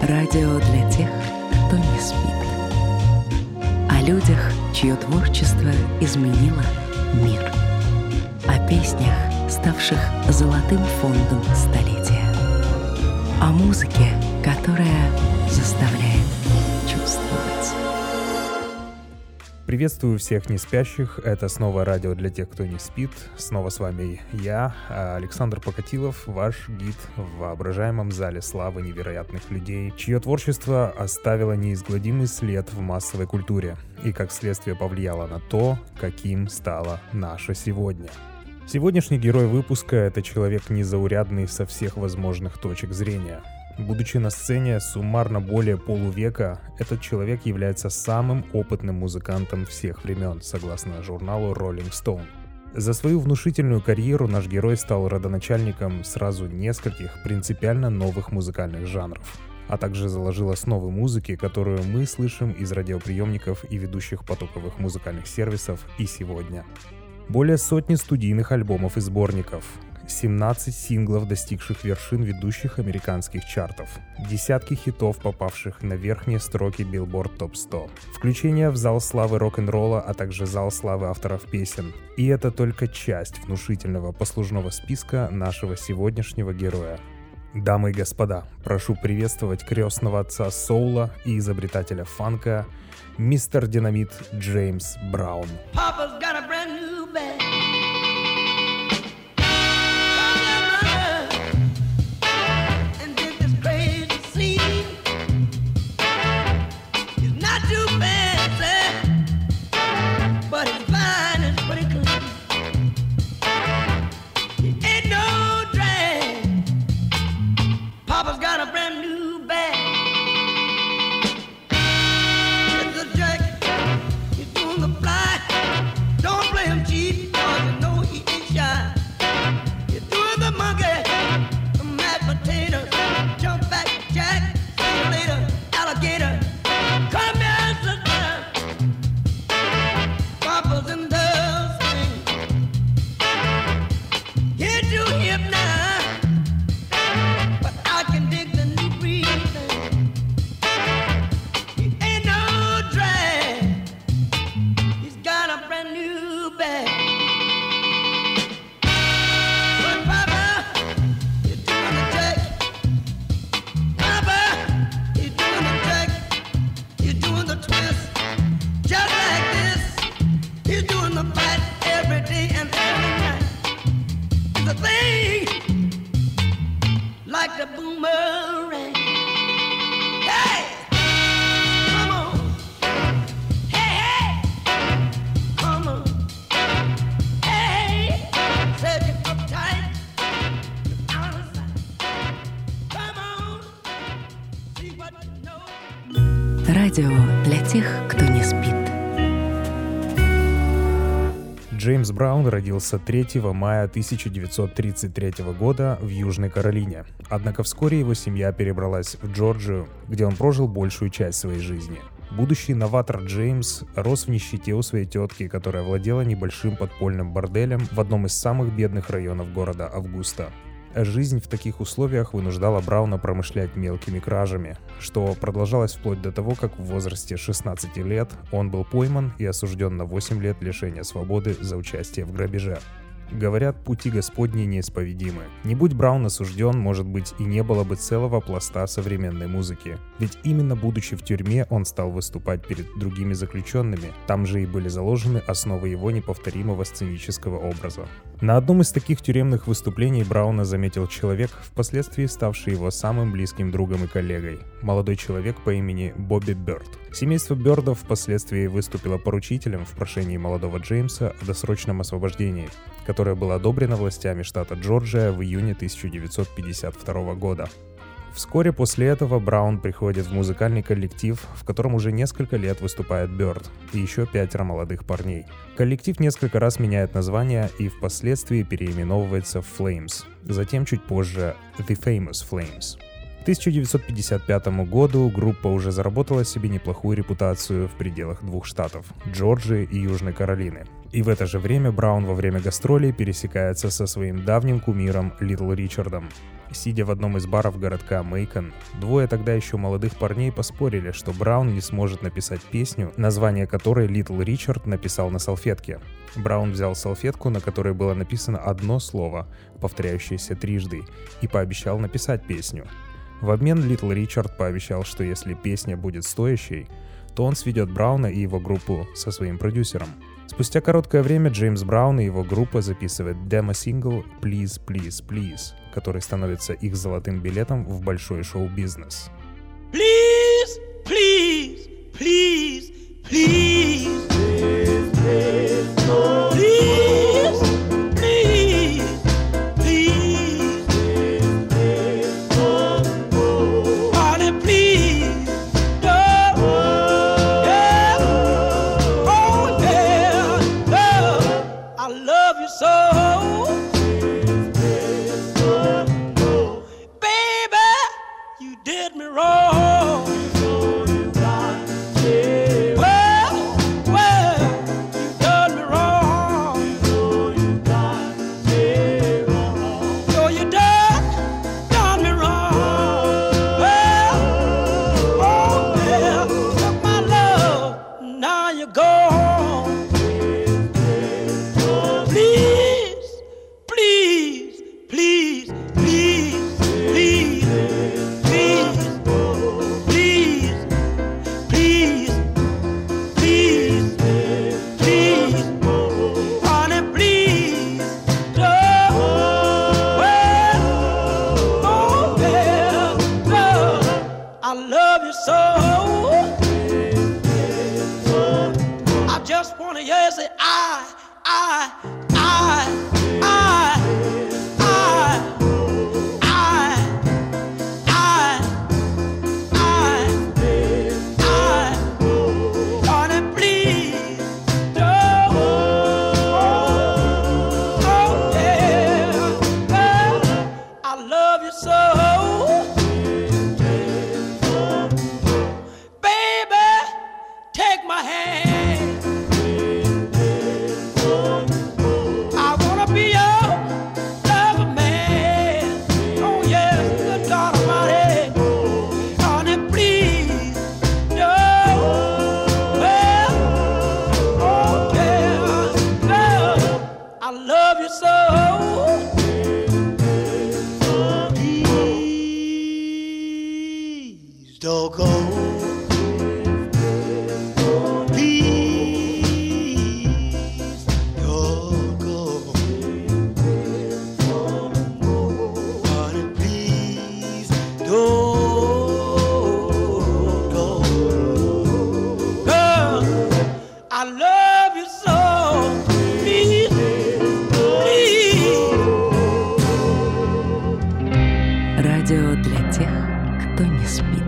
Радио для тех, кто не спит. О людях, чье творчество изменило мир. О песнях, ставших золотым фондом столетия. О музыке, которая заставляет чувствовать. Приветствую всех неспящих. Это снова радио для тех, кто не спит. Снова с вами я, Александр Покатилов, ваш гид в воображаемом зале славы невероятных людей, чье творчество оставило неизгладимый след в массовой культуре и, как следствие, повлияло на то, каким стало наше сегодня. Сегодняшний герой выпуска — это человек незаурядный со всех возможных точек зрения. Будучи на сцене суммарно более полувека, этот человек является самым опытным музыкантом всех времен, согласно журналу Rolling Stone. За свою внушительную карьеру наш герой стал родоначальником сразу нескольких принципиально новых музыкальных жанров, а также заложил основы музыки, которую мы слышим из радиоприемников и ведущих потоковых музыкальных сервисов и сегодня. Более сотни студийных альбомов и сборников, 17 синглов, достигших вершин ведущих американских чартов, десятки хитов, попавших на верхние строки Billboard Top 100, включение в зал славы рок-н-ролла, а также зал славы авторов песен. И это только часть внушительного послужного списка нашего сегодняшнего героя. Дамы и господа, прошу приветствовать крестного отца соула и изобретателя фанка, мистер Динамит Джеймс Браун. Радио для тех, кто не спит. Джеймс Браун родился 3 мая 1933 года в Южной Каролине. Однако вскоре его семья перебралась в Джорджию, где он прожил большую часть своей жизни. Будущий новатор Джеймс рос в нищете у своей тетки, которая владела небольшим подпольным борделем в одном из самых бедных районов города Августа. Жизнь в таких условиях вынуждала Брауна промышлять мелкими кражами, что продолжалось вплоть до того, как в возрасте 16 лет он был пойман и осужден на 8 лет лишения свободы за участие в грабеже. Говорят, пути Господни неисповедимы. Не будь Браун осужден, может быть, и не было бы целого пласта современной музыки. Ведь именно будучи в тюрьме, он стал выступать перед другими заключенными. Там же и были заложены основы его неповторимого сценического образа. На одном из таких тюремных выступлений Брауна заметил человек, впоследствии ставший его самым близким другом и коллегой. Молодой человек по имени Бобби Бёрд. Семейство Бёрдов впоследствии выступило поручителем в прошении молодого Джеймса о досрочном освобождении, которое было одобрено властями штата Джорджия в июне 1952 года. Вскоре после этого Браун приходит в музыкальный коллектив, в котором уже несколько лет выступает Бёрд и еще 5 молодых парней. Коллектив несколько раз меняет название и впоследствии переименовывается в Flames, затем чуть позже The Famous Flames. К 1955 году группа уже заработала себе неплохую репутацию в пределах двух штатов – Джорджии и Южной Каролины. И в это же время Браун во время гастролей пересекается со своим давним кумиром Литл Ричардом. Сидя в одном из баров городка Мейкон, двое тогда еще молодых парней поспорили, что Браун не сможет написать песню, название которой Литл Ричард написал на салфетке. Браун взял салфетку, на которой было написано одно слово, повторяющееся трижды, и пообещал написать песню. В обмен Литл Ричард пообещал, что если песня будет стоящей, то он сведет Брауна и его группу со своим продюсером. Спустя короткое время Джеймс Браун и его группа записывают демо-сингл «Please, Please, Please», который становится их золотым билетом в большой шоу-бизнес. Please, please, please, please, please, please, Радио для тех, кто не спит.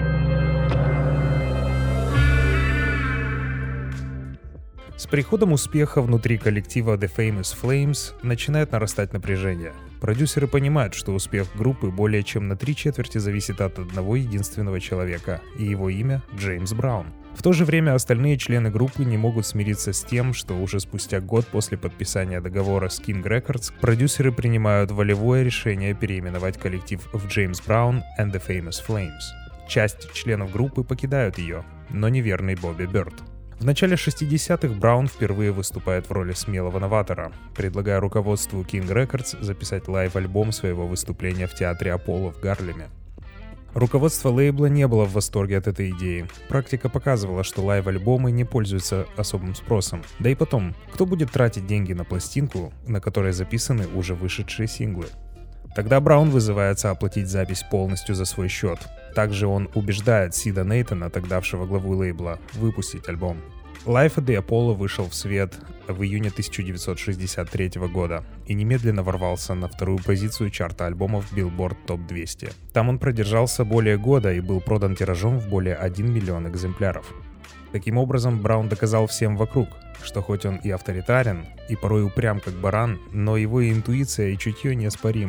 С приходом успеха внутри коллектива The Famous Flames начинает нарастать напряжение. Продюсеры понимают, что успех группы более чем на 3/4 зависит от одного единственного человека, и его имя — Джеймс Браун. В то же время остальные члены группы не могут смириться с тем, что уже спустя год после подписания договора с King Records продюсеры принимают волевое решение переименовать коллектив в James Brown and the Famous Flames. Часть членов группы покидают ее, но не верный Бобби Бёрд. В начале 60-х Браун впервые выступает в роли смелого новатора, предлагая руководству King Records записать лайв-альбом своего выступления в театре Аполло в Гарлеме. Руководство лейбла не было в восторге от этой идеи. Практика показывала, что лайв-альбомы не пользуются особым спросом. Да и потом, кто будет тратить деньги на пластинку, на которой записаны уже вышедшие синглы? Тогда Браун вызывается оплатить запись полностью за свой счет. Также он убеждает Сида Нейтона, тогдавшего главу лейбла, выпустить альбом. Live at the Apollo вышел в свет в июне 1963 года и немедленно ворвался на вторую позицию чарта альбомов Billboard Top 200. Там он продержался более года и был продан тиражом в более 1 миллион экземпляров. Таким образом, Браун доказал всем вокруг, что хоть он и авторитарен, и порой упрям как баран, но его интуиция и чутье неоспоримы.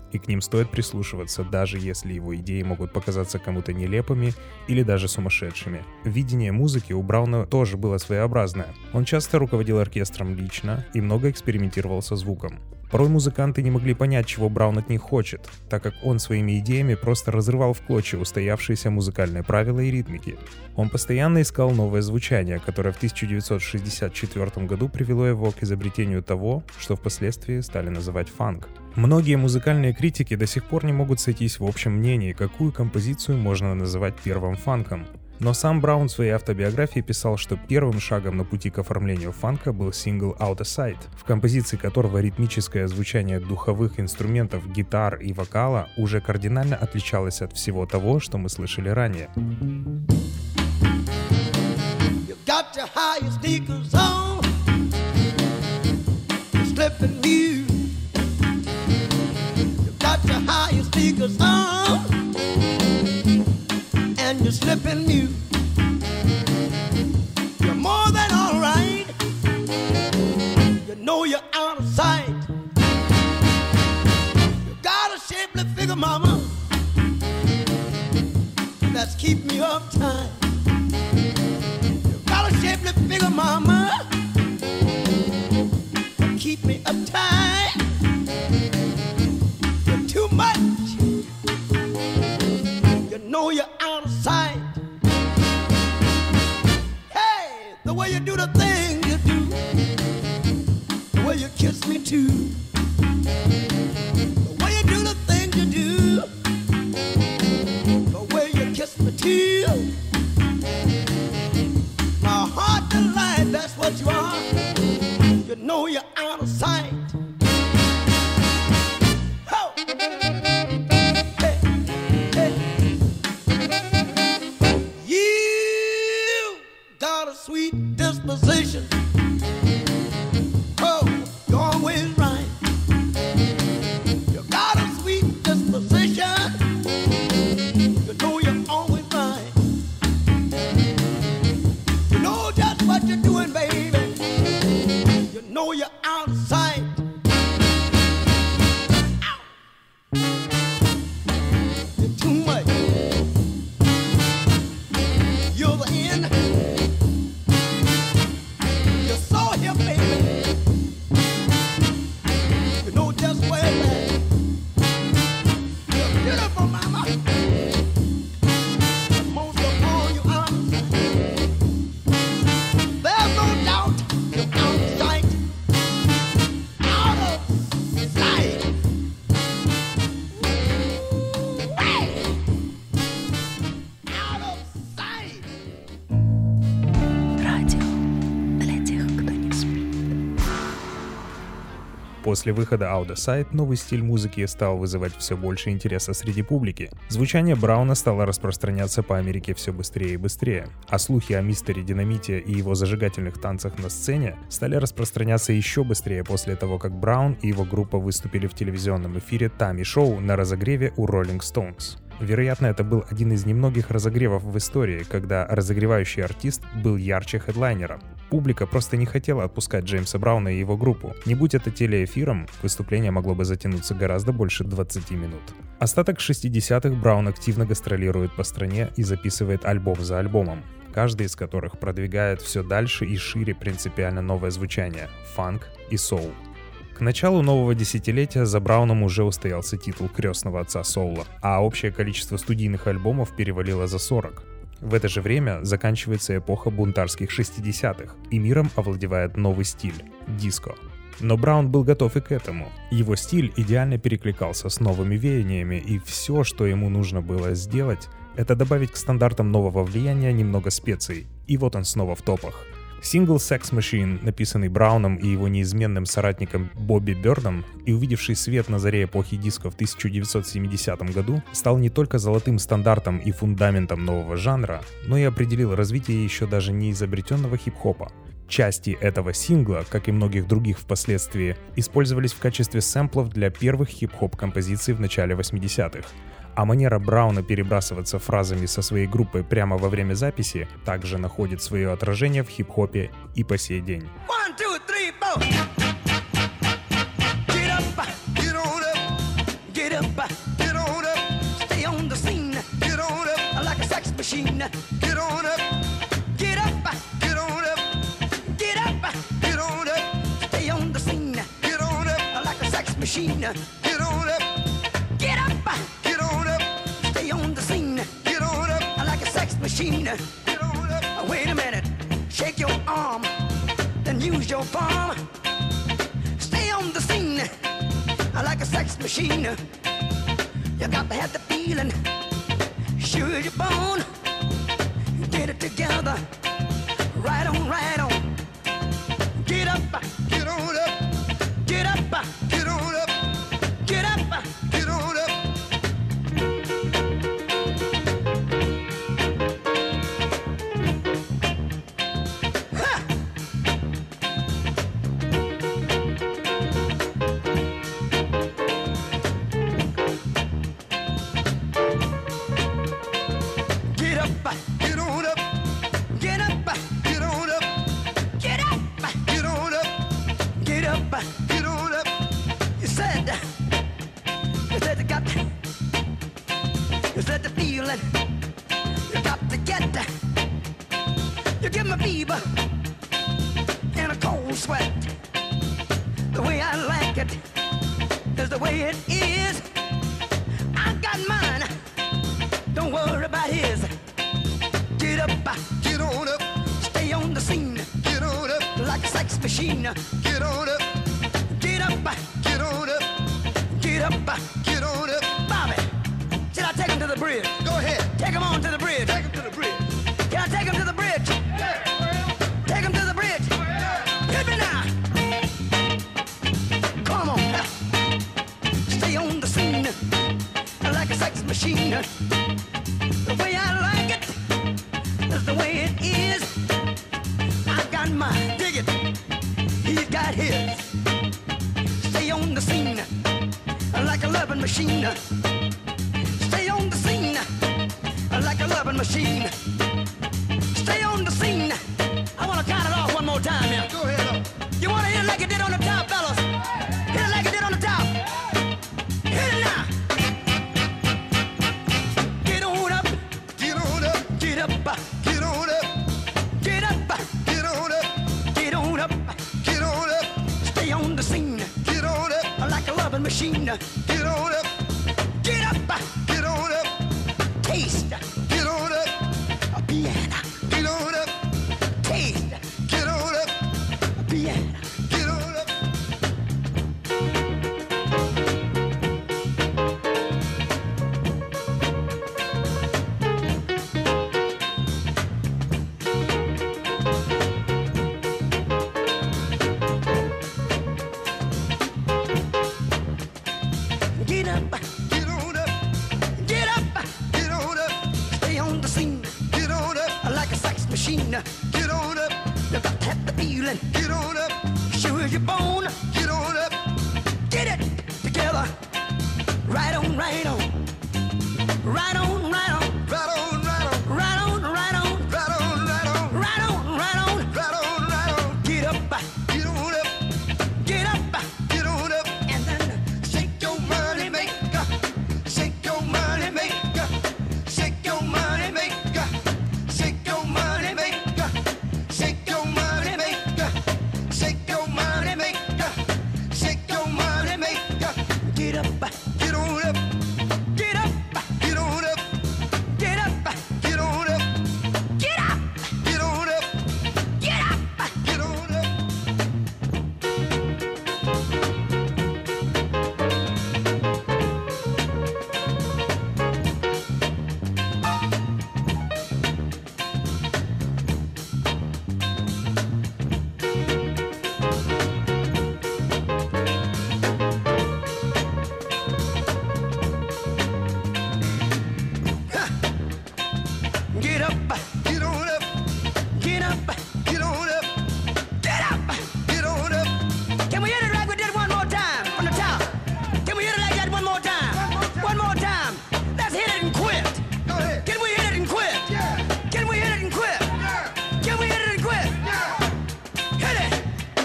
и к ним стоит прислушиваться, даже если его идеи могут показаться кому-то нелепыми или даже сумасшедшими. Видение музыки у Брауна тоже было своеобразное. Он часто руководил оркестром лично и много экспериментировал со звуком. Порой музыканты не могли понять, чего Браун от них хочет, так как он своими идеями просто разрывал в клочья устоявшиеся музыкальные правила и ритмики. Он постоянно искал новое звучание, которое в 1964 году привело его к изобретению того, что впоследствии стали называть фанк. Многие музыкальные критики до сих пор не могут сойтись в общем мнении, какую композицию можно называть первым фанком. Но сам Браун в своей автобиографии писал, что первым шагом на пути к оформлению фанка был сингл «Out of Sight», в композиции которого ритмическое звучание духовых инструментов, гитар и вокала уже кардинально отличалось от всего того, что мы слышали ранее. And you're slipping new. You're more than all right. You know you're out of sight. You got a shapely figure, mama, that's keep me uptight. You got a shapely figure, mama, keep me uptight. You're too much. You know you're out of sight. Hey, the way you do the thing you do, the way you kiss me too, the way you do the thing you do, the way you kiss me too. My heart delight, that's what you are. You know you're out of sight. Sweet disposition. Oh, you're always right. You got a sweet disposition. You know you're always right. You know just what you're doing, baby. You know you're out of sight. Ow. You're too much. You're the end. После выхода Out of Sight новый стиль музыки стал вызывать все больше интереса среди публики. Звучание Брауна стало распространяться по Америке все быстрее и быстрее, а слухи о мистере Динамите и его зажигательных танцах на сцене стали распространяться еще быстрее после того, как Браун и его группа выступили в телевизионном эфире Тамми Шоу на разогреве у Rolling Stones. Вероятно, это был один из немногих разогревов в истории, когда разогревающий артист был ярче хедлайнера. Публика просто не хотела отпускать Джеймса Брауна и его группу. Не будь это телеэфиром, выступление могло бы затянуться гораздо больше 20 минут. Остаток 60-х Браун активно гастролирует по стране и записывает альбом за альбомом, каждый из которых продвигает все дальше и шире принципиально новое звучание — фанк и соул. К началу нового десятилетия за Брауном уже устоялся титул крестного отца соула, а общее количество студийных альбомов перевалило за 40. В это же время заканчивается эпоха бунтарских 60-х, и миром овладевает новый стиль — диско. Но Браун был готов и к этому. Его стиль идеально перекликался с новыми веяниями, и все, что ему нужно было сделать, это добавить к стандартам нового влияния немного специй, и вот он снова в топах. Сингл «Sex Machine», написанный Брауном и его неизменным соратником Бобби Бёрдом и увидевший свет на заре эпохи диско в 1970 году, стал не только золотым стандартом и фундаментом нового жанра, но и определил развитие еще даже не изобретенного хип-хопа. Части этого сингла, как и многих других впоследствии, использовались в качестве сэмплов для первых хип-хоп композиций в начале 80-х. А манера Брауна перебрасываться фразами со своей группой прямо во время записи также находит свое отражение в хип-хопе и по сей день. 1, 2, 3, 4. Get up, get on up, get up, up, get on up, stay on the scene, get on up, like a sex machine, get on up, get up, get on up, get up, get on up, stay on the scene, get on up, like a sex machine, get on up, get up, get on up, stay on the scene, get on up, like a sex machine, get on up. Wait a minute, shake your arm, then use your palm. Stay on the scene like a sex machine. You got to have the feeling, sure as you're born. Get it together, right on, right on. Get up, get on up, get up, get on up, get up, get on up. Ha! Get up, get on up, get up, get on up, get up, get on up, get up, get on up. You said you said the feeling, you got to get that. You give me fever and a cold sweat. The way I like it is the way it is. I got mine, don't worry about his. Get up, get on up, stay on the scene. Get on up, like a sex machine. Get on up, get up, get on up, get up, get on up. Bobby, should I take him to the bridge? Go ahead, take him on to the bridge. Take him to the bridge. Can I take him to the bridge? Yeah. Take him to the bridge. Yeah. Hit me now. Come on, stay on the scene like a sex machine. The way I like it is the way it is. I got mine, dig it. He's got his. Stay on the scene like a loving machine. Stay on the scene like a loving machine. Stay on the scene. I want to count it off one more time here. Go ahead. You want to hit it like it did on the top, fellas? Hit it like it did on the top. Hit it now. Get on up. Get on up. Get up. Get on up. Get up. Get on up. Get on up. Get on up. Stay on the scene. Get on up. Like a loving machine. Get on up. Get up. Get on up. Taste. Get on up. A piano. Get on up. Taste. Get on up. A piano. Get on up. Get up, get on up, get up, get on up, stay on the scene, get on up, like a sex machine, get on up, you got to have the feeling, get on up, sure as you're born, get on up, get it together, right on, right on, right on, right on, right on, right on, right on, right on, right on, right on, right on, right on, right on, right on, get up, get on up, get up, get on up, and then shake your money maker, shake your money maker, shake your money maker, shake your money maker, shake your money maker, shake your money maker, shake your money maker, get up, get on up, get up, get on up, get up, get on up, get up, get on up, get up, get on up. Get up, get on up, get up, get on up, get up, get on up. Can we hit it like we did one more time from the top? Can we hit it like that one more time? One more time. Let's hit it and quit. Go ahead. Can we hit it and quit? Yeah. Can we hit it and quit? Yeah. Can we hit it and quit? Yeah. Hit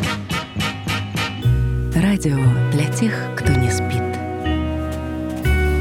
it. Радио для тех, кто не спит.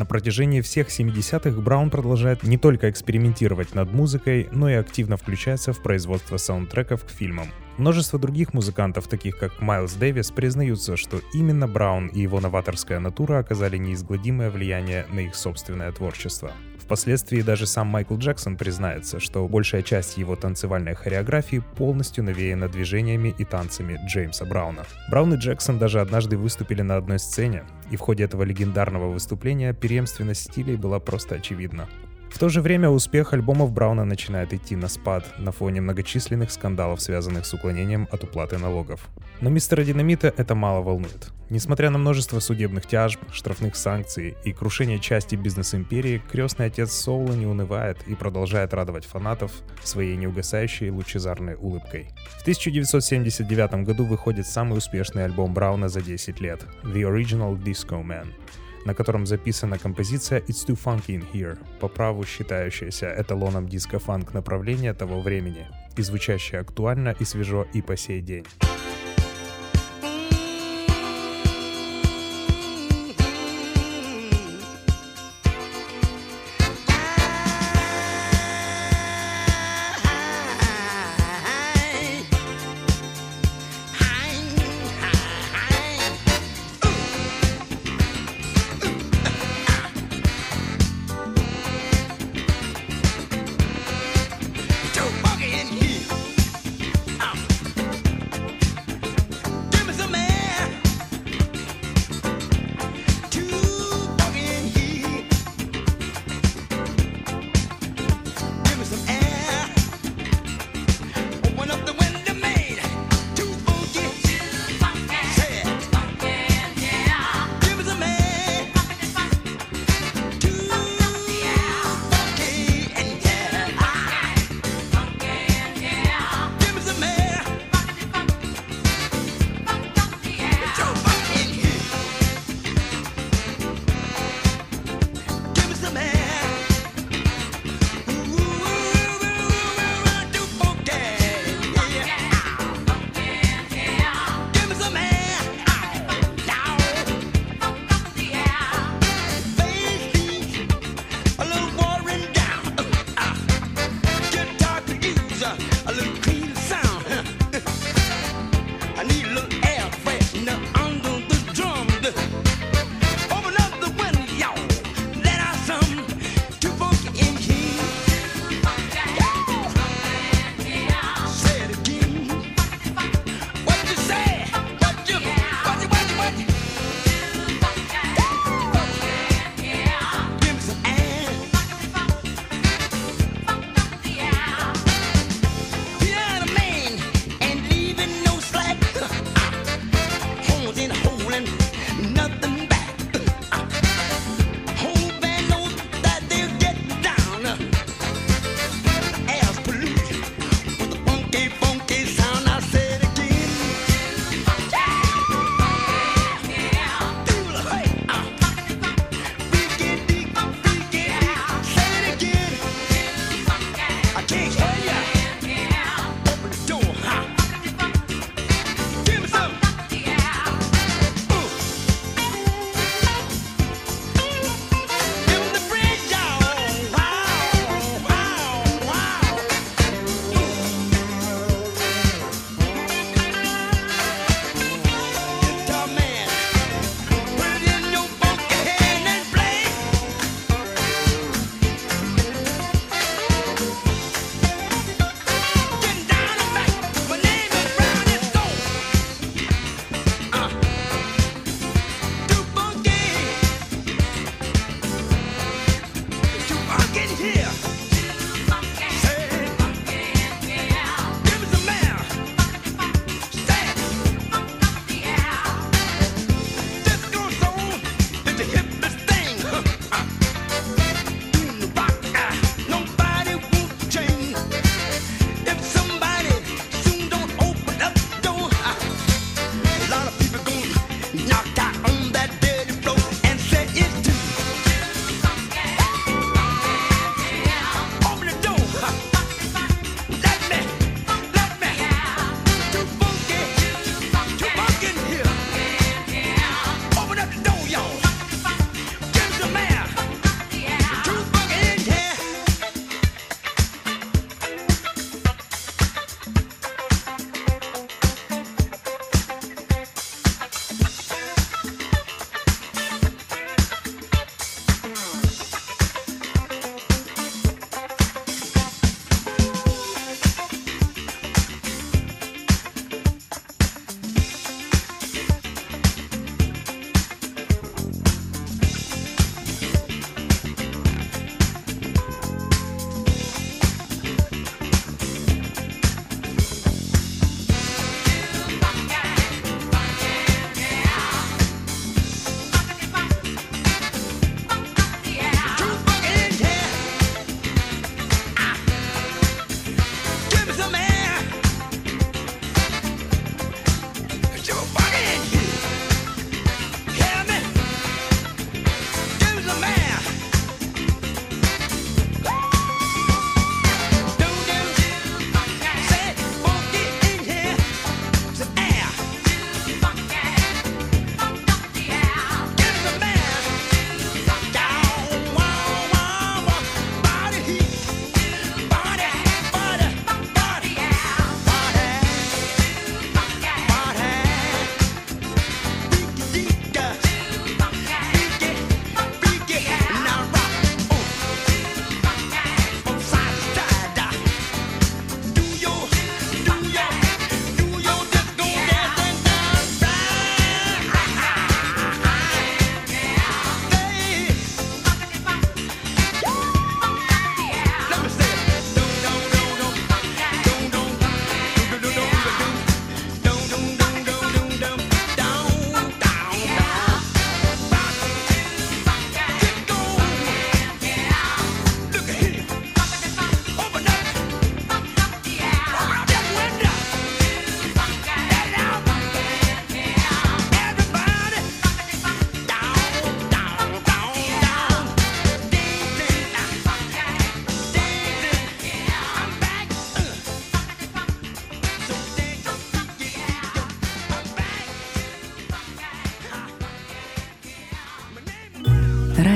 протяжении всех 70-х Браун продолжает не только экспериментировать над музыкой, но и активно включается в производство саундтреков к фильмам. Множество других музыкантов, таких как Майлз Дэвис, признаются, что именно Браун и его новаторская натура оказали неизгладимое влияние на их собственное творчество. Впоследствии даже сам Майкл Джексон признается, что большая часть его танцевальной хореографии полностью навеяна движениями и танцами Джеймса Брауна. Браун и Джексон даже однажды выступили на одной сцене, и в ходе этого легендарного выступления преемственность стилей была просто очевидна. В то же время успех альбомов Брауна начинает идти на спад на фоне многочисленных скандалов, связанных с уклонением от уплаты налогов. Но мистера Динамита это мало волнует. Несмотря на множество судебных тяжб, штрафных санкций и крушение части бизнес-империи, крестный отец соула не унывает и продолжает радовать фанатов своей неугасающей лучезарной улыбкой. В 1979 году выходит самый успешный альбом Брауна за 10 лет — The Original Disco Man, на котором записана композиция «It's Too Funky in Here», по праву считающаяся эталоном диско-фанк направления того времени и звучащая актуально и свежо и по сей день.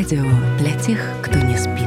Радио для тех, кто не спит.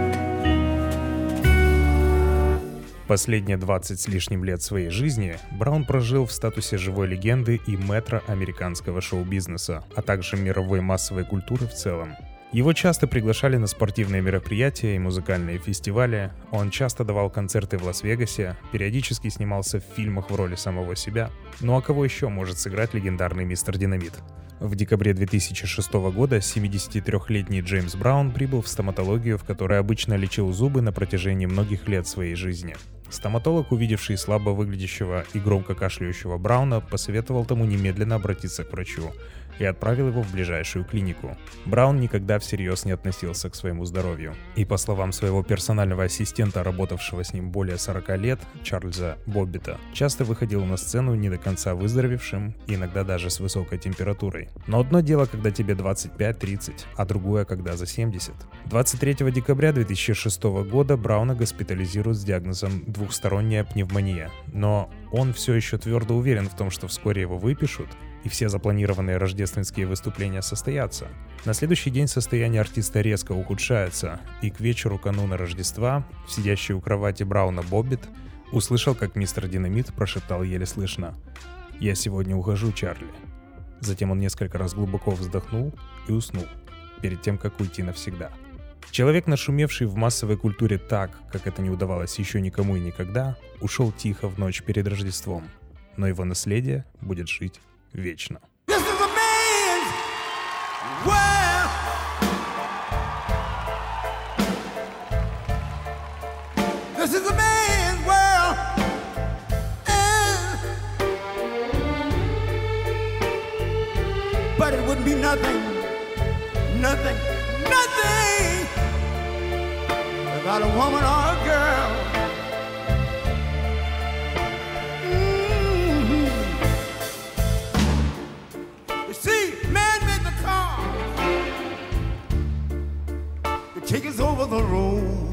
Последние 20 с лишним лет своей жизни Браун прожил в статусе живой легенды и мэтра американского шоу-бизнеса, а также мировой массовой культуры в целом. Его часто приглашали на спортивные мероприятия и музыкальные фестивали, он часто давал концерты в Лас-Вегасе, периодически снимался в фильмах в роли самого себя. Ну а кого еще может сыграть легендарный Мистер Динамит? В декабре 2006 года 73-летний Джеймс Браун прибыл в стоматологию, в которой обычно лечил зубы на протяжении многих лет своей жизни. Стоматолог, увидевший слабо выглядящего и громко кашляющего Брауна, посоветовал тому немедленно обратиться к врачу и отправил его в ближайшую клинику. Браун никогда всерьез не относился к своему здоровью. И по словам своего персонального ассистента, работавшего с ним более 40 лет, Чарльза Боббита, часто выходил на сцену не до конца выздоровевшим, иногда даже с высокой температурой. Но одно дело, когда тебе 25-30, а другое, когда за 70. 23 декабря 2006 года Брауна госпитализируют с диагнозом двухсторонняя пневмония. Но он все еще твердо уверен в том, что вскоре его выпишут, и все запланированные рождественские выступления состоятся. На следующий день состояние артиста резко ухудшается, и к вечеру кануна Рождества сидящий у кровати Брауна Боббит услышал, как мистер Динамит прошептал еле слышно: «Я сегодня ухожу, Чарли». Затем он несколько раз глубоко вздохнул и уснул, перед тем, как уйти навсегда. Человек, нашумевший в массовой культуре так, как это не удавалось еще никому и никогда, ушел тихо в ночь перед Рождеством, но его наследие будет жить вечно. This is a man's world. This is a man's world. But it wouldn't be nothing without a woman or a girl. Take us over the road.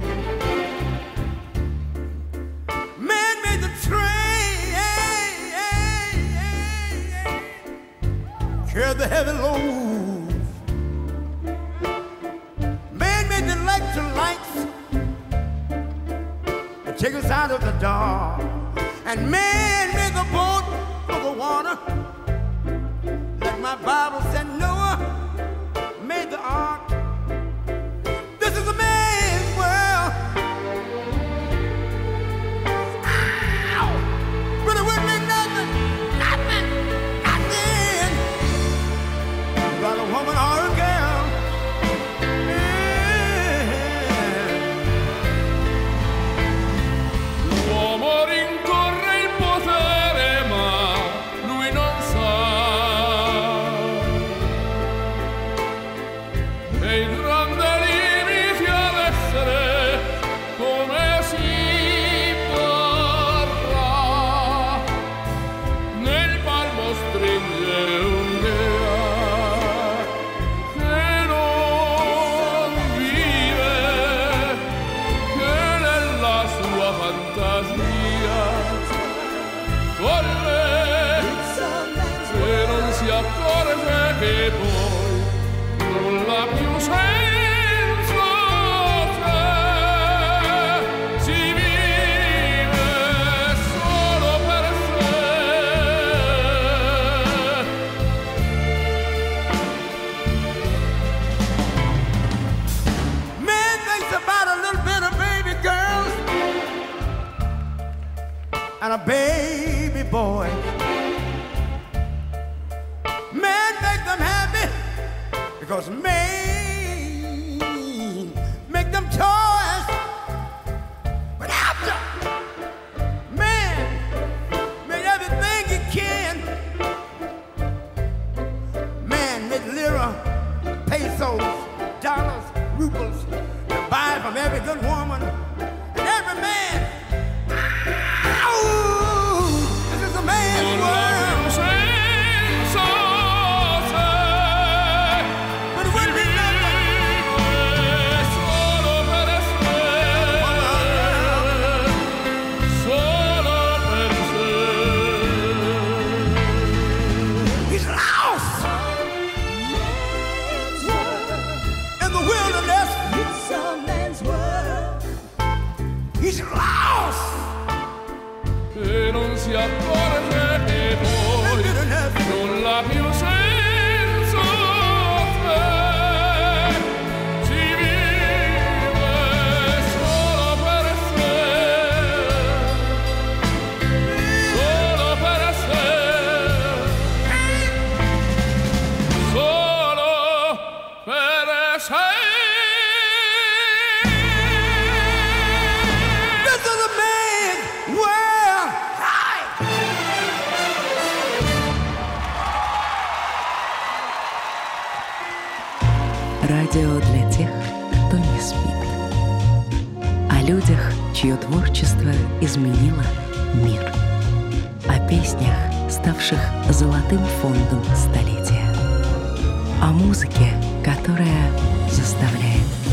Man made the train, carry the heavy loads. Man made the electric lights, take us out of the dark. And man made the boat for the water, like my Bible said Noah made the ark. And a baby boy. Man make them happy because man make them toys. But after man made everything he can, man made lira, pesos, dollars, rubles to buy from every good woman and every man. In the wilderness Радио для тех, кто не спит. О людях, чье творчество изменило мир. О песнях, ставших золотым фондом столетия. О музыке, которая заставляет